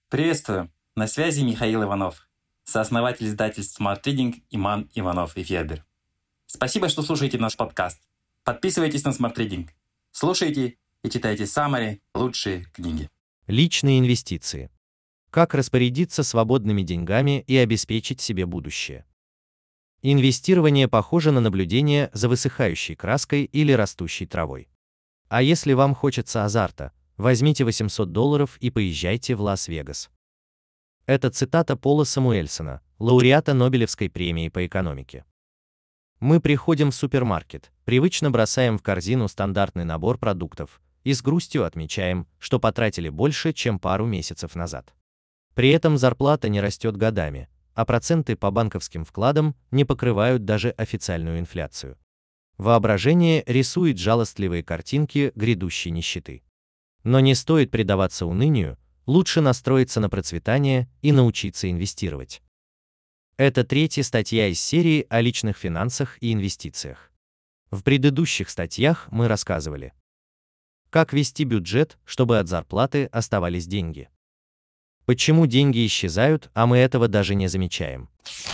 Приветствую! На связи Михаил Иванов, сооснователь издательств Smart Reading Иман Иванов и Федер. Спасибо, что слушаете наш подкаст. Подписывайтесь на Smart Reading. Слушайте и читайте самые лучшие книги. Личные инвестиции. Как распорядиться свободными деньгами и обеспечить себе будущее. Инвестирование похоже на наблюдение за высыхающей краской или растущей травой. А если вам хочется азарта, возьмите $800 и поезжайте в Лас-Вегас. Это цитата Пола Самуэльсона, лауреата Нобелевской премии по экономике. Мы приходим в супермаркет, привычно бросаем в корзину стандартный набор продуктов и с грустью отмечаем, что потратили больше, чем пару месяцев назад. При этом зарплата не растет годами, а проценты по банковским вкладам не покрывают даже официальную инфляцию. Воображение рисует жалостливые картинки грядущей нищеты. Но не стоит предаваться унынию, лучше настроиться на процветание и научиться инвестировать. Это третья статья из серии о личных финансах и инвестициях. В предыдущих статьях мы рассказывали, как вести бюджет, чтобы от зарплаты оставались деньги. Почему деньги исчезают, а мы этого даже не замечаем.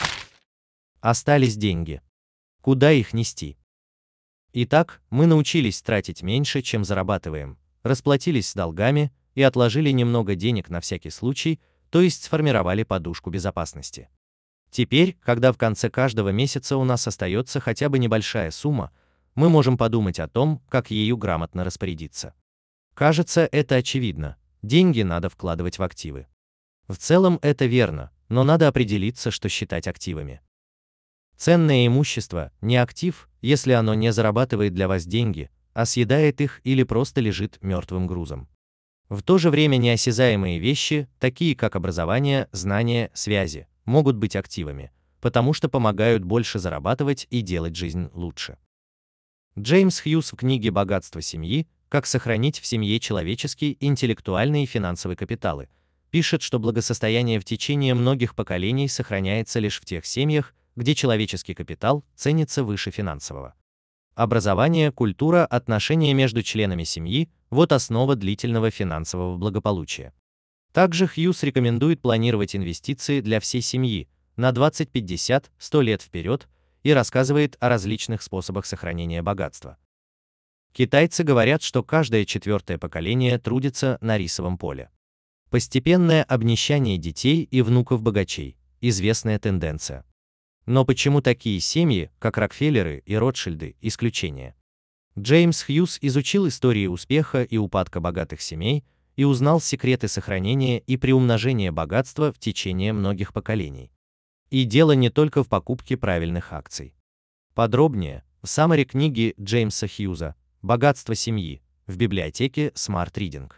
Остались деньги. Куда их нести? Итак, мы научились тратить меньше, чем зарабатываем, расплатились с долгами и отложили немного денег на всякий случай, то есть сформировали подушку безопасности. Теперь, когда в конце каждого месяца у нас остается хотя бы небольшая сумма, мы можем подумать о том, как ею грамотно распорядиться. Кажется, это очевидно. Деньги надо вкладывать в активы. В целом это верно, но надо определиться, что считать активами. Ценное имущество не актив, если оно не зарабатывает для вас деньги, а съедает их или просто лежит мертвым грузом. В то же время неосязаемые вещи, такие как образование, знания, связи, могут быть активами, потому что помогают больше зарабатывать и делать жизнь лучше. Джеймс Хьюз в книге «Богатство семьи. Как сохранить в семье человеческий, интеллектуальный и финансовый капиталы» пишет, что благосостояние в течение многих поколений сохраняется лишь в тех семьях, где человеческий капитал ценится выше финансового. Образование, культура, отношения между членами семьи – вот основа длительного финансового благополучия. Также Хьюз рекомендует планировать инвестиции для всей семьи на 20, 50, 100 лет вперед и рассказывает о различных способах сохранения богатства. Китайцы говорят, что каждое четвертое поколение трудится на рисовом поле. Постепенное обнищание детей и внуков-богачей – известная тенденция. Но почему такие семьи, как Рокфеллеры и Ротшильды, исключение? Джеймс Хьюз изучил истории успеха и упадка богатых семей и узнал секреты сохранения и приумножения богатства в течение многих поколений. И дело не только в покупке правильных акций. Подробнее в саммари книги Джеймса Хьюза «Богатство семьи» в библиотеке Smart Reading.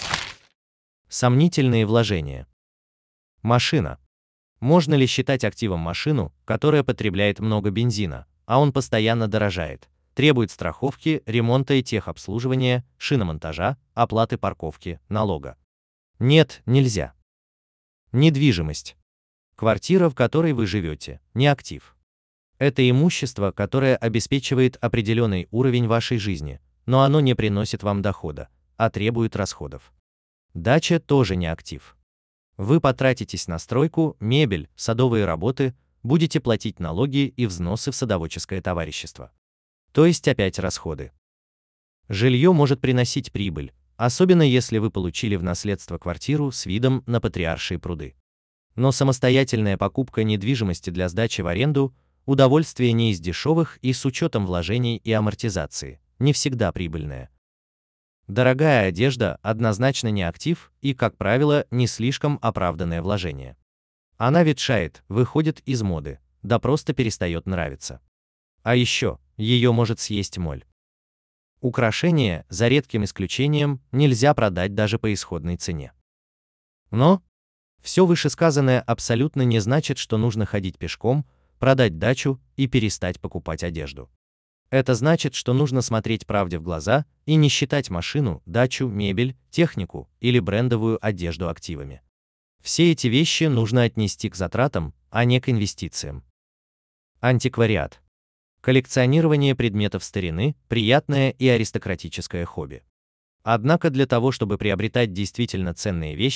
Сомнительные вложения. Машина. Можно ли считать активом машину, которая потребляет много бензина, а он постоянно дорожает, требует страховки, ремонта и техобслуживания, шиномонтажа, оплаты парковки, налога? Нет, нельзя. Недвижимость. Квартира, в которой вы живете, не актив. Это имущество, которое обеспечивает определенный уровень вашей жизни, но оно не приносит вам дохода, а требует расходов. Дача тоже не актив. Вы потратитесь на стройку, мебель, садовые работы, будете платить налоги и взносы в садоводческое товарищество. То есть опять расходы. Жилье может приносить прибыль, особенно если вы получили в наследство квартиру с видом на Патриаршие пруды. Но самостоятельная покупка недвижимости для сдачи в аренду – удовольствие не из дешевых и с учетом вложений и амортизации, не всегда прибыльное. Дорогая одежда однозначно не актив и, как правило, не слишком оправданное вложение. Она ветшает, выходит из моды, да просто перестает нравиться. А еще, ее может съесть моль. Украшения, за редким исключением, нельзя продать даже по исходной цене. Но все вышесказанное абсолютно не значит, что нужно ходить пешком, продать дачу и перестать покупать одежду. Это значит, что нужно смотреть правде в глаза и не считать машину, дачу, мебель, технику или брендовую одежду активами. Все эти вещи нужно отнести к затратам, а не к инвестициям. Антиквариат. Коллекционирование предметов старины – приятное и аристократическое хобби. Однако для того, чтобы приобретать действительно ценные вещи,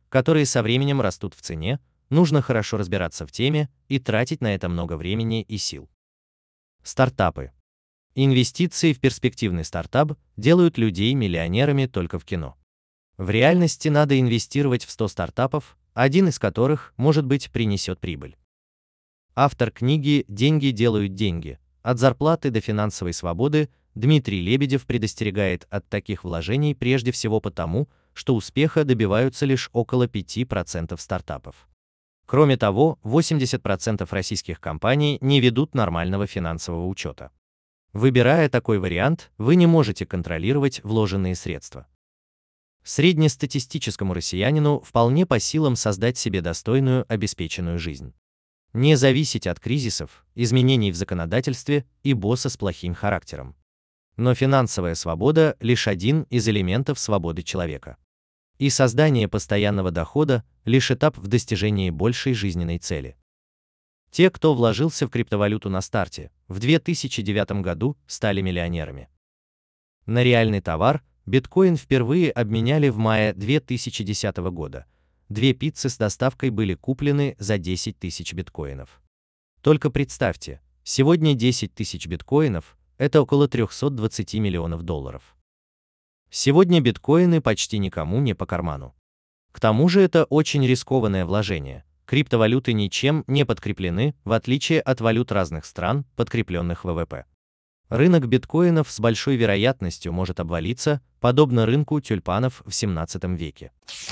которые со временем растут в цене, нужно хорошо разбираться в теме и тратить на это много времени и сил. Стартапы. Инвестиции в перспективный стартап делают людей миллионерами только в кино. В реальности надо инвестировать в 100 стартапов, один из которых, может быть, принесет прибыль. Автор книги «Деньги делают деньги. От зарплаты до финансовой свободы» Дмитрий Лебедев предостерегает от таких вложений прежде всего потому, что успеха добиваются лишь около 5% стартапов. Кроме того, 80% российских компаний не ведут нормального финансового учета. Выбирая такой вариант, вы не можете контролировать вложенные средства. Среднестатистическому россиянину вполне по силам создать себе достойную, обеспеченную жизнь. Не зависеть от кризисов, изменений в законодательстве и босса с плохим характером. Но финансовая свобода – лишь один из элементов свободы человека. И создание постоянного дохода – лишь этап в достижении большей жизненной цели. Те, кто вложился в криптовалюту на старте, в 2009 году стали миллионерами. На реальный товар биткоин впервые обменяли в мае 2010 года. 2 пиццы с доставкой были куплены за 10 тысяч биткоинов. Только представьте, сегодня 10 тысяч биткоинов – это около 320 миллионов долларов. Сегодня биткоины почти никому не по карману. К тому же это очень рискованное вложение. Криптовалюты ничем не подкреплены, в отличие от валют разных стран, подкрепленных ВВП. Рынок биткоинов с большой вероятностью может обвалиться, подобно рынку тюльпанов в 17 веке.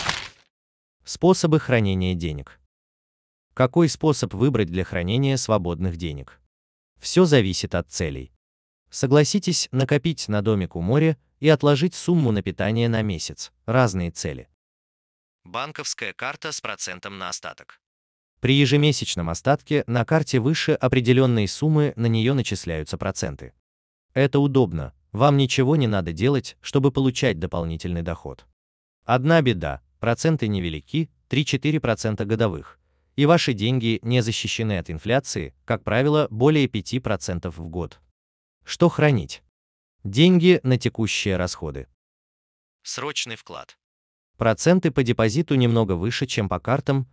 Способы хранения денег. Какой способ выбрать для хранения свободных денег? Все зависит от целей. Согласитесь накопить на домик у моря и отложить сумму на питание на месяц. Разные цели. Банковская карта с процентом на остаток. При ежемесячном остатке на карте выше определенной суммы на нее начисляются проценты. Это удобно, вам ничего не надо делать, чтобы получать дополнительный доход. Одна беда, проценты невелики, 3-4% годовых, и ваши деньги не защищены от инфляции, как правило, более 5% в год. Что хранить? Деньги на текущие расходы. Срочный вклад. Проценты по депозиту немного выше, чем по картам,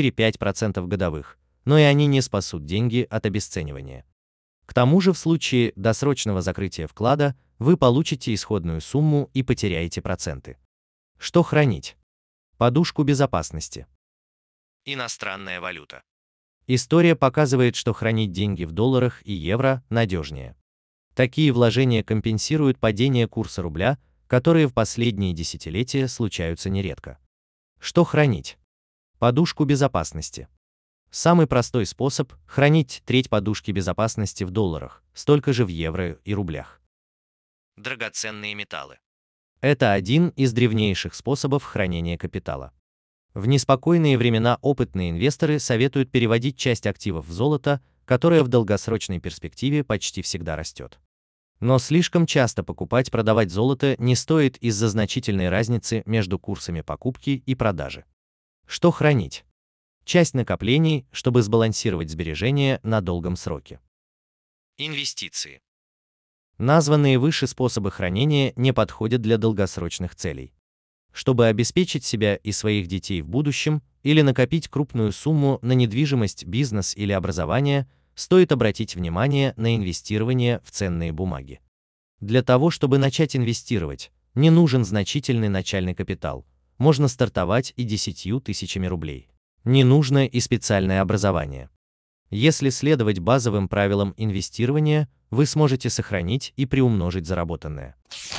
4-5% годовых, но и они не спасут деньги от обесценивания. К тому же в случае досрочного закрытия вклада вы получите исходную сумму и потеряете проценты. Что хранить? Подушку безопасности. Иностранная валюта. История показывает, что хранить деньги в долларах и евро надежнее. Такие вложения компенсируют падение курса рубля, которые в последние десятилетия случаются нередко. Что хранить? Подушку безопасности. Самый простой способ – хранить треть подушки безопасности в долларах, столько же в евро и рублях. Драгоценные металлы. Это один из древнейших способов хранения капитала. В неспокойные времена опытные инвесторы советуют переводить часть активов в золото, которое в долгосрочной перспективе почти всегда растет. Но слишком часто покупать-продавать золото не стоит из-за значительной разницы между курсами покупки и продажи. Что хранить? Часть накоплений, чтобы сбалансировать сбережения на долгом сроке. Инвестиции. Названные выше способы хранения не подходят для долгосрочных целей. Чтобы обеспечить себя и своих детей в будущем или накопить крупную сумму на недвижимость, бизнес или образование, стоит обратить внимание на инвестирование в ценные бумаги. Для того, чтобы начать инвестировать, не нужен значительный начальный капитал, можно стартовать и 10 тысячами рублей. Не нужно и специальное образование. Если следовать базовым правилам инвестирования, вы сможете сохранить и приумножить заработанное.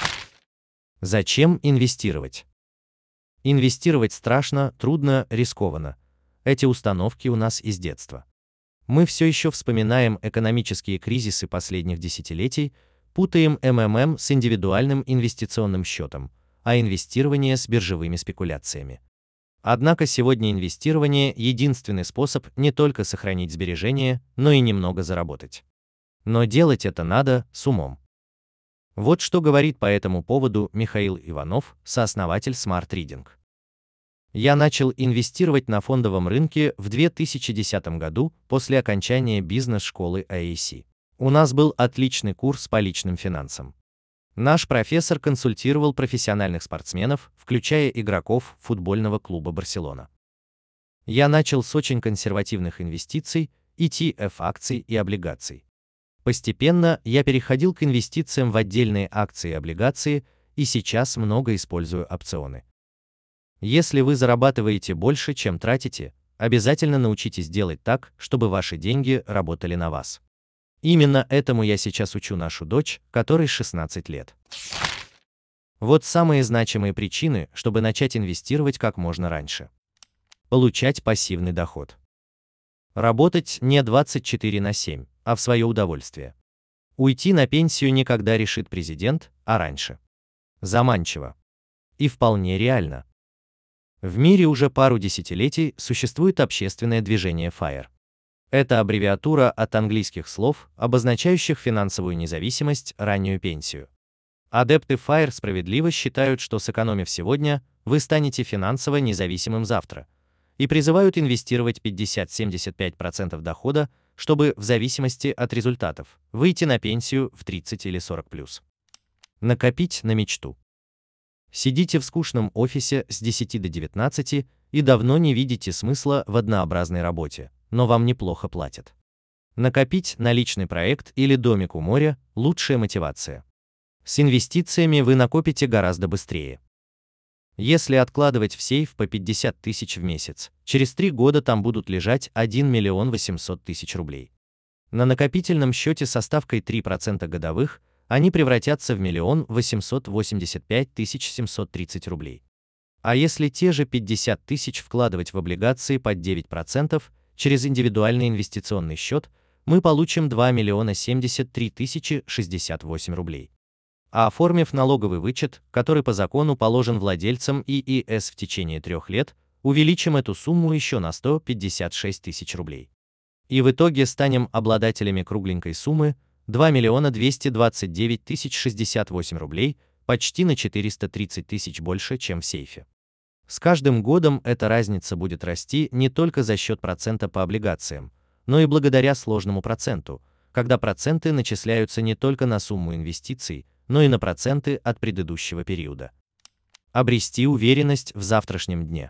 Зачем инвестировать? Инвестировать страшно, трудно, рискованно. Эти установки у нас из детства. Мы все еще вспоминаем экономические кризисы последних десятилетий, путаем МММ с индивидуальным инвестиционным счетом, а инвестирование с биржевыми спекуляциями. Однако сегодня инвестирование – единственный способ не только сохранить сбережения, но и немного заработать. Но делать это надо с умом. Вот что говорит по этому поводу Михаил Иванов, сооснователь Smart Reading. Я начал инвестировать на фондовом рынке в 2010 году после окончания бизнес-школы AAC. У нас был отличный курс по личным финансам. Наш профессор консультировал профессиональных спортсменов, включая игроков футбольного клуба «Барселона». Я начал с очень консервативных инвестиций, ETF-акций и облигаций. Постепенно я переходил к инвестициям в отдельные акции и облигации, и сейчас много использую опционы. Если вы зарабатываете больше, чем тратите, обязательно научитесь делать так, чтобы ваши деньги работали на вас. Именно этому я сейчас учу нашу дочь, которой 16 лет. Вот самые значимые причины, чтобы начать инвестировать как можно раньше. Получать пассивный доход. Работать не 24/7, а в свое удовольствие. Уйти на пенсию не когда решит президент, а раньше. Заманчиво. И вполне реально. В мире уже пару десятилетий существует общественное движение FIRE. Это аббревиатура от английских слов, обозначающих финансовую независимость, раннюю пенсию. Адепты FIRE справедливо считают, что сэкономив сегодня, вы станете финансово независимым завтра, и призывают инвестировать 50-75% дохода, чтобы, в зависимости от результатов, выйти на пенсию в 30 или 40+. Накопить на мечту. Сидите в скучном офисе с 10 до 19 и давно не видите смысла в однообразной работе, но вам неплохо платят. Накопить на личный проект или домик у моря – лучшая мотивация. С инвестициями вы накопите гораздо быстрее. Если откладывать в сейф по 50 тысяч в месяц, через 3 года там будут лежать 1 800 000 рублей. На накопительном счете со ставкой 3% годовых они превратятся в 1 885 730 рублей. А если те же 50 тысяч вкладывать в облигации под 9% через индивидуальный инвестиционный счет, мы получим 2 073 068 рублей. А оформив налоговый вычет, который по закону положен владельцам ИИС в течение 3 лет, увеличим эту сумму еще на 156 000 рублей. И в итоге станем обладателями кругленькой суммы 2 229 068 рублей, почти на 430 тысяч больше, чем в сейфе. С каждым годом эта разница будет расти не только за счет процента по облигациям, но и благодаря сложному проценту, когда проценты начисляются не только на сумму инвестиций, но и на проценты от предыдущего периода. Обрести уверенность в завтрашнем дне.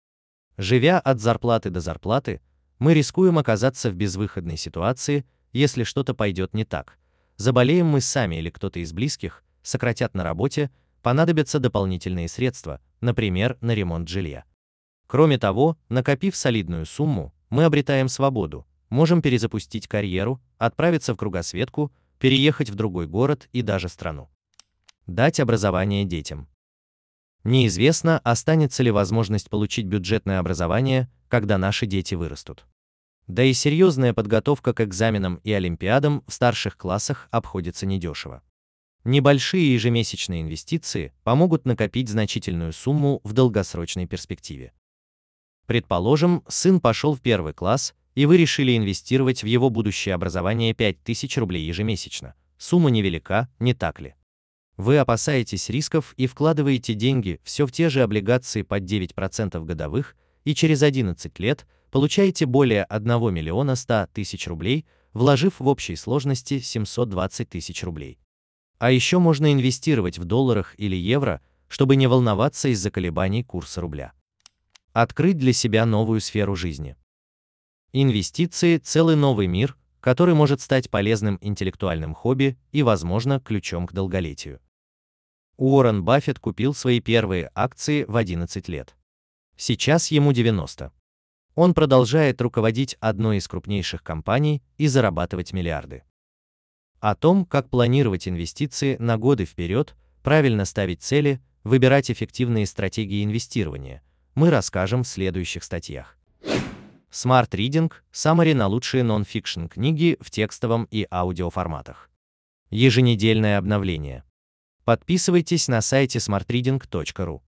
Живя от зарплаты до зарплаты, мы рискуем оказаться в безвыходной ситуации, если что-то пойдет не так. Заболеем мы сами или кто-то из близких, сократят на работе, понадобятся дополнительные средства, например, на ремонт жилья. Кроме того, накопив солидную сумму, мы обретаем свободу, можем перезапустить карьеру, отправиться в кругосветку, переехать в другой город и даже страну. Дать образование детям. Неизвестно, останется ли возможность получить бюджетное образование, когда наши дети вырастут. Да и серьезная подготовка к экзаменам и олимпиадам в старших классах обходится недешево. Небольшие ежемесячные инвестиции помогут накопить значительную сумму в долгосрочной перспективе. Предположим, сын пошел в 1 класс, и вы решили инвестировать в его будущее образование 5000 рублей ежемесячно. Сумма невелика, не так ли? Вы опасаетесь рисков и вкладываете деньги все в те же облигации под 9% годовых, и через 11 лет получаете более 1 100 000 рублей, вложив в общей сложности 720 000 рублей. А еще можно инвестировать в долларах или евро, чтобы не волноваться из-за колебаний курса рубля. Открыть для себя новую сферу жизни. Инвестиции – целый новый мир, который может стать полезным интеллектуальным хобби и, возможно, ключом к долголетию. Уоррен Баффет купил свои первые акции в 11 лет. Сейчас ему 90. Он продолжает руководить одной из крупнейших компаний и зарабатывать миллиарды. О том, как планировать инвестиции на годы вперед, правильно ставить цели, выбирать эффективные стратегии инвестирования, мы расскажем в следующих статьях. Smart Reading – Summary на лучшие нон-фикшн книги в текстовом и аудиоформатах. Еженедельное обновление. Подписывайтесь на сайте smartreading.ru.